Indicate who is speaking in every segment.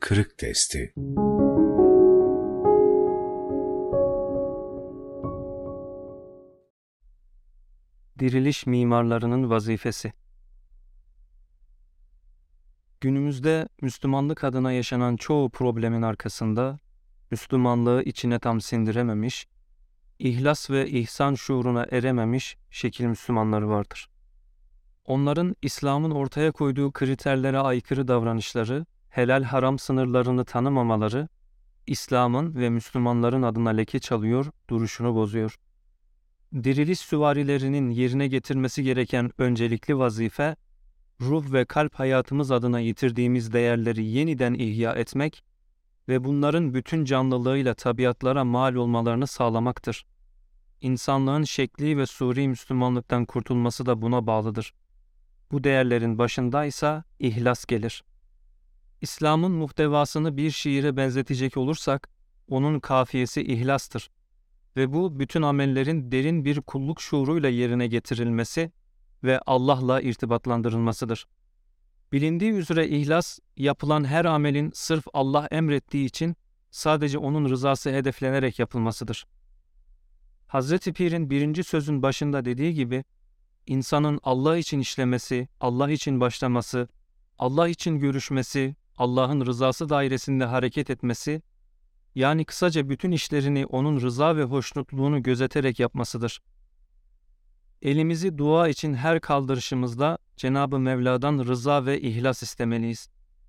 Speaker 1: Kırık testi.
Speaker 2: Diriliş mimarlarının vazifesi. Günümüzde Müslümanlık adına yaşanan çoğu problemin arkasında Müslümanlığı içine tam sindirememiş, ihlas ve ihsan şuuruna erememiş şekil Müslümanları vardır. Onların İslam'ın ortaya koyduğu kriterlere aykırı davranışları, helal haram sınırlarını tanımamaları, İslam'ın ve Müslümanların adına leke çalıyor, duruşunu bozuyor. Diriliş süvarilerinin yerine getirmesi gereken öncelikli vazife, ruh ve kalp hayatımız adına yitirdiğimiz değerleri yeniden ihya etmek ve bunların bütün canlılığıyla tabiatlara mal olmalarını sağlamaktır. İnsanlığın şekli ve suri Müslümanlıktan kurtulması da buna bağlıdır. Bu değerlerin başındaysa ihlas gelir. İslam'ın muhtevasını bir şiire benzetecek olursak, onun kafiyesi ihlastır. Ve bu bütün amellerin derin bir kulluk şuuruyla yerine getirilmesi ve Allah'la irtibatlandırılmasıdır. Bilindiği üzere ihlas, yapılan her amelin sırf Allah emrettiği için sadece onun rızası hedeflenerek yapılmasıdır. Hazreti Pir'in birinci sözün başında dediği gibi, insanın Allah için işlemesi, Allah için başlaması, Allah için görüşmesi, Allah'ın rızası dairesinde hareket etmesi, yani kısaca bütün işlerini onun rıza ve hoşnutluğunu gözeterek yapmasıdır. Elimizi dua için her kaldırışımızda Cenab-ı Mevla'dan rıza ve ihlas istemeliyiz.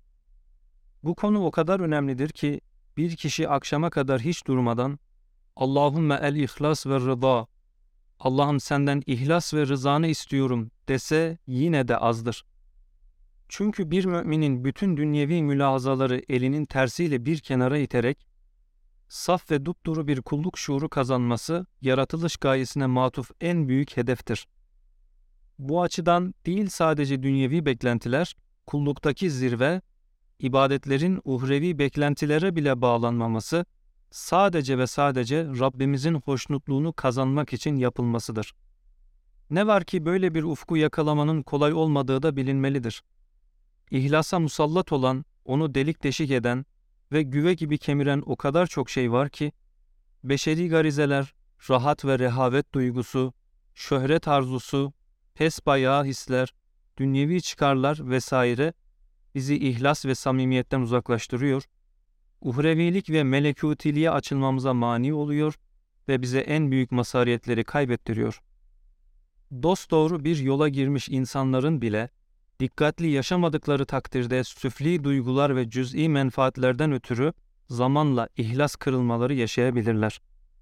Speaker 2: Bu konu o kadar önemlidir ki bir kişi akşama kadar hiç durmadan Allahümme el-ihlas ve rıza, Allah'ım senden ihlas ve rızanı istiyorum dese yine de azdır. Çünkü bir müminin bütün dünyevi mülahazaları elinin tersiyle bir kenara iterek saf ve dupduru bir kulluk şuuru kazanması yaratılış gayesine matuf en büyük hedeftir. Bu açıdan değil sadece dünyevi beklentiler, kulluktaki zirve, ibadetlerin uhrevi beklentilere bile bağlanmaması, sadece ve sadece Rabbimizin hoşnutluğunu kazanmak için yapılmasıdır. Ne var ki böyle bir ufku yakalamanın kolay olmadığı da bilinmelidir. İhlasa musallat olan, onu delik deşik eden ve güve gibi kemiren o kadar çok şey var ki, beşeri garizeler, rahat ve rehavet duygusu, şöhret arzusu, pespayağı hisler, dünyevi çıkarlar vesaire bizi ihlas ve samimiyetten uzaklaştırıyor, uhrevilik ve melekutiliğe açılmamıza mani oluyor ve bize en büyük mazhariyetleri kaybettiriyor. Dosdoğru bir yola girmiş insanların bile, dikkatli yaşamadıkları takdirde süfli duygular ve cüz'i menfaatlerden ötürü zamanla ihlas kırılmaları yaşayabilirler.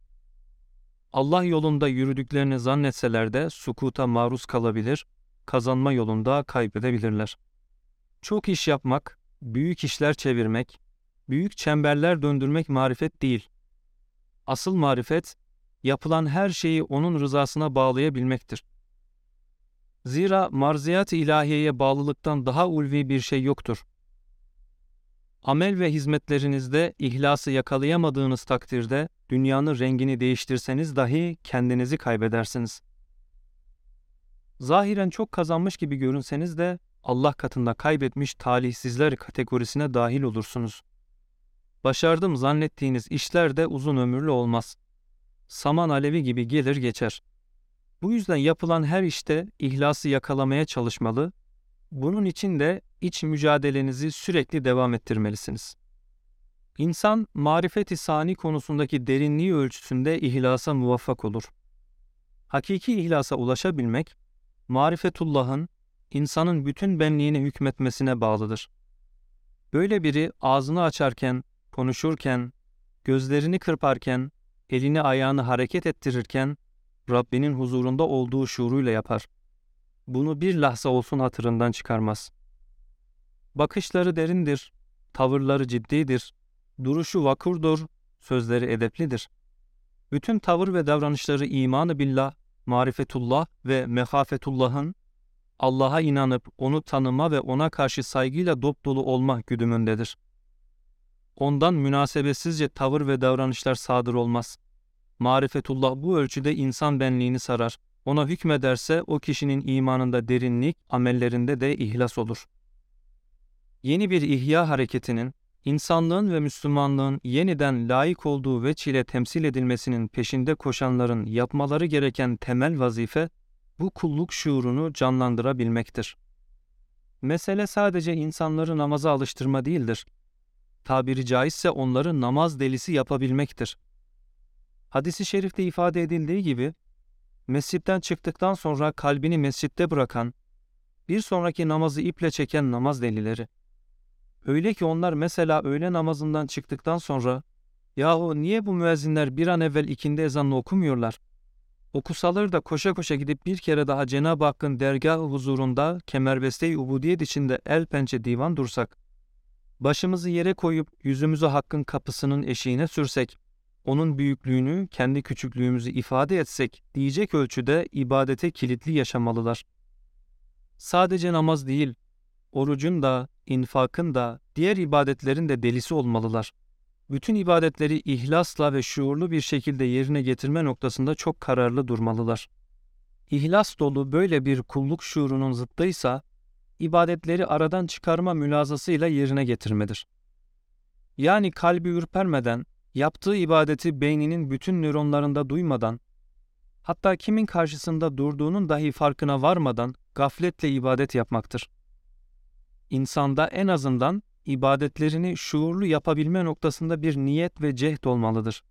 Speaker 2: Allah yolunda yürüdüklerini zannetseler de sukuta maruz kalabilir, kazanma yolunda kaybedebilirler. Çok iş yapmak, büyük işler çevirmek, büyük çemberler döndürmek marifet değil. Asıl marifet, yapılan her şeyi onun rızasına bağlayabilmektir. Zira marziyat-ı ilahiyeye bağlılıktan daha ulvi bir şey yoktur. Amel ve hizmetlerinizde ihlası yakalayamadığınız takdirde dünyanın rengini değiştirseniz dahi kendinizi kaybedersiniz. Zahiren çok kazanmış gibi görünseniz de Allah katında kaybetmiş talihsizler kategorisine dahil olursunuz. Başardım zannettiğiniz işler de uzun ömürlü olmaz. Saman alevi gibi gelir geçer. Bu yüzden yapılan her işte ihlası yakalamaya çalışmalı, bunun için de iç mücadelenizi sürekli devam ettirmelisiniz. İnsan, marifet-i sani konusundaki derinliği ölçüsünde ihlasa muvaffak olur. Hakiki ihlasa ulaşabilmek, marifetullah'ın insanın bütün benliğine hükmetmesine bağlıdır. Böyle biri ağzını açarken, konuşurken, gözlerini kırparken, elini ayağını hareket ettirirken, Rabbinin huzurunda olduğu şuuruyla yapar. Bunu bir lahza olsun hatırından çıkarmaz. Bakışları derindir, tavırları ciddidir, duruşu vakurdur, sözleri edeplidir. Bütün tavır ve davranışları iman-ı billah, marifetullah ve mehafetullah'ın, Allah'a inanıp onu tanıma ve ona karşı saygıyla dopdolu olma güdümündedir. Ondan münasebetsizce tavır ve davranışlar sadır olmaz. Marifetullah bu ölçüde insan benliğini sarar. Ona hükmederse o kişinin imanında derinlik, amellerinde de ihlas olur. Yeni bir ihya hareketinin, İnsanlığın ve Müslümanlığın yeniden layık olduğu veçile temsil edilmesinin peşinde koşanların yapmaları gereken temel vazife, bu kulluk şuurunu canlandırabilmektir. Mesele sadece insanları namaza alıştırma değildir. Tabiri caizse onları namaz delisi yapabilmektir. Hadis-i şerifte ifade edildiği gibi, mescitten çıktıktan sonra kalbini mescitte bırakan, bir sonraki namazı iple çeken namaz delileri. Öyle ki onlar mesela öğle namazından çıktıktan sonra, "Yahu niye bu müezzinler bir an evvel ikindi ezanını okumuyorlar? Okusalar da koşa koşa gidip bir kere daha Cenab-ı Hakk'ın dergâh-ı huzurunda kemerbeste-i ubudiyet içinde el pençe divan dursak, başımızı yere koyup yüzümüzü Hakk'ın kapısının eşiğine sürsek, onun büyüklüğünü, kendi küçüklüğümüzü ifade etsek diyecek ölçüde ibadete kilitli yaşamalılar. Sadece namaz değil, orucun da, infakın da, diğer ibadetlerin de delisi olmalılar. Bütün ibadetleri ihlasla ve şuurlu bir şekilde yerine getirme noktasında çok kararlı durmalılar. İhlas dolu böyle bir kulluk şuurunun zıttıysa, ibadetleri aradan çıkarma mülazasıyla yerine getirmedir. Yani kalbi ürpermeden, yaptığı ibadeti beyninin bütün nöronlarında duymadan, hatta kimin karşısında durduğunun dahi farkına varmadan gafletle ibadet yapmaktır. İnsanda en azından ibadetlerini şuurlu yapabilme noktasında bir niyet ve cehd olmalıdır.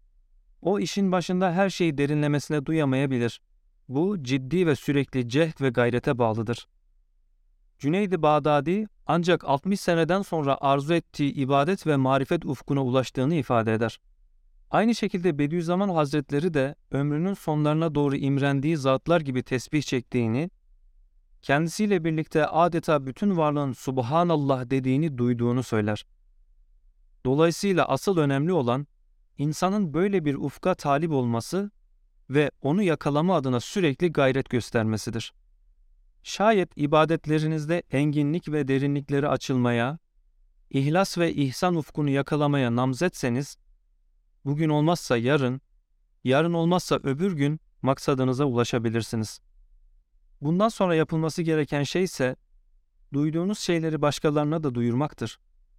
Speaker 2: O işin başında her şeyi derinlemesine duyamayabilir. Bu ciddi ve sürekli cehd ve gayrete bağlıdır. Cüneyd-i Bağdadi ancak 60 seneden sonra arzu ettiği ibadet ve marifet ufkuna ulaştığını ifade eder. Aynı şekilde Bediüzzaman Hazretleri de ömrünün sonlarına doğru imrendiği zatlar gibi tesbih çektiğini, kendisiyle birlikte adeta bütün varlığın Subhanallah dediğini duyduğunu söyler. Dolayısıyla asıl önemli olan, insanın böyle bir ufka talip olması ve onu yakalama adına sürekli gayret göstermesidir. Şayet ibadetlerinizde enginlik ve derinlikleri açılmaya, ihlas ve ihsan ufkunu yakalamaya namzetseniz, bugün olmazsa yarın, yarın olmazsa öbür gün maksadınıza ulaşabilirsiniz. Bundan sonra yapılması gereken şey ise, duyduğunuz şeyleri başkalarına da duyurmaktır.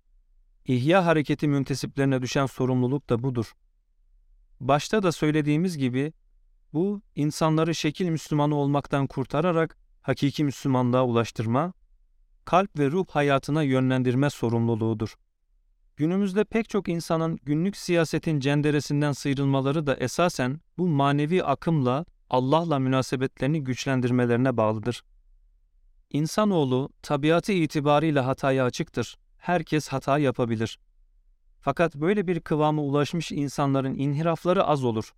Speaker 2: İhya hareketi müntesiplerine düşen sorumluluk da budur. Başta da söylediğimiz gibi, bu insanları şekil Müslümanı olmaktan kurtararak hakiki Müslümanlığa ulaştırma, kalp ve ruh hayatına yönlendirme sorumluluğudur. Günümüzde pek çok insanın günlük siyasetin cenderesinden sıyrılmaları da esasen bu manevi akımla Allah'la münasebetlerini güçlendirmelerine bağlıdır. İnsanoğlu tabiatı itibariyle hataya açıktır. Herkes hata yapabilir. Fakat böyle bir kıvama ulaşmış insanların inhirafları az olur.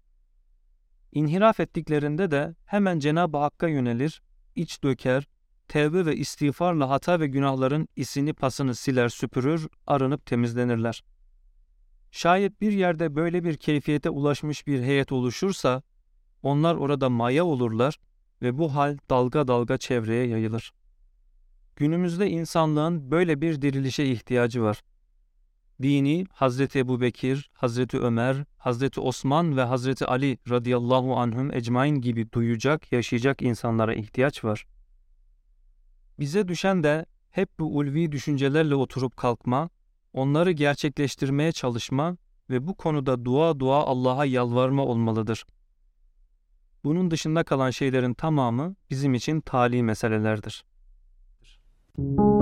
Speaker 2: İnhiraf ettiklerinde de hemen Cenab-ı Hakk'a yönelir, iç döker, tevbe ve istiğfarla hata ve günahların isini pasını siler süpürür, arınıp temizlenirler. Şayet bir yerde böyle bir keyfiyete ulaşmış bir heyet oluşursa, onlar orada maya olurlar ve bu hal dalga dalga çevreye yayılır. Günümüzde insanlığın böyle bir dirilişe ihtiyacı var. Dini Hazreti Ebubekir, Hazreti Ömer, Hazreti Osman ve Hazreti Ali radıyallahu anhum ecmain gibi duyacak, yaşayacak insanlara ihtiyaç var. Bize düşen de hep bu ulvi düşüncelerle oturup kalkma, onları gerçekleştirmeye çalışma ve bu konuda dua Allah'a yalvarma olmalıdır. Bunun dışında kalan şeylerin tamamı bizim için tali meselelerdir.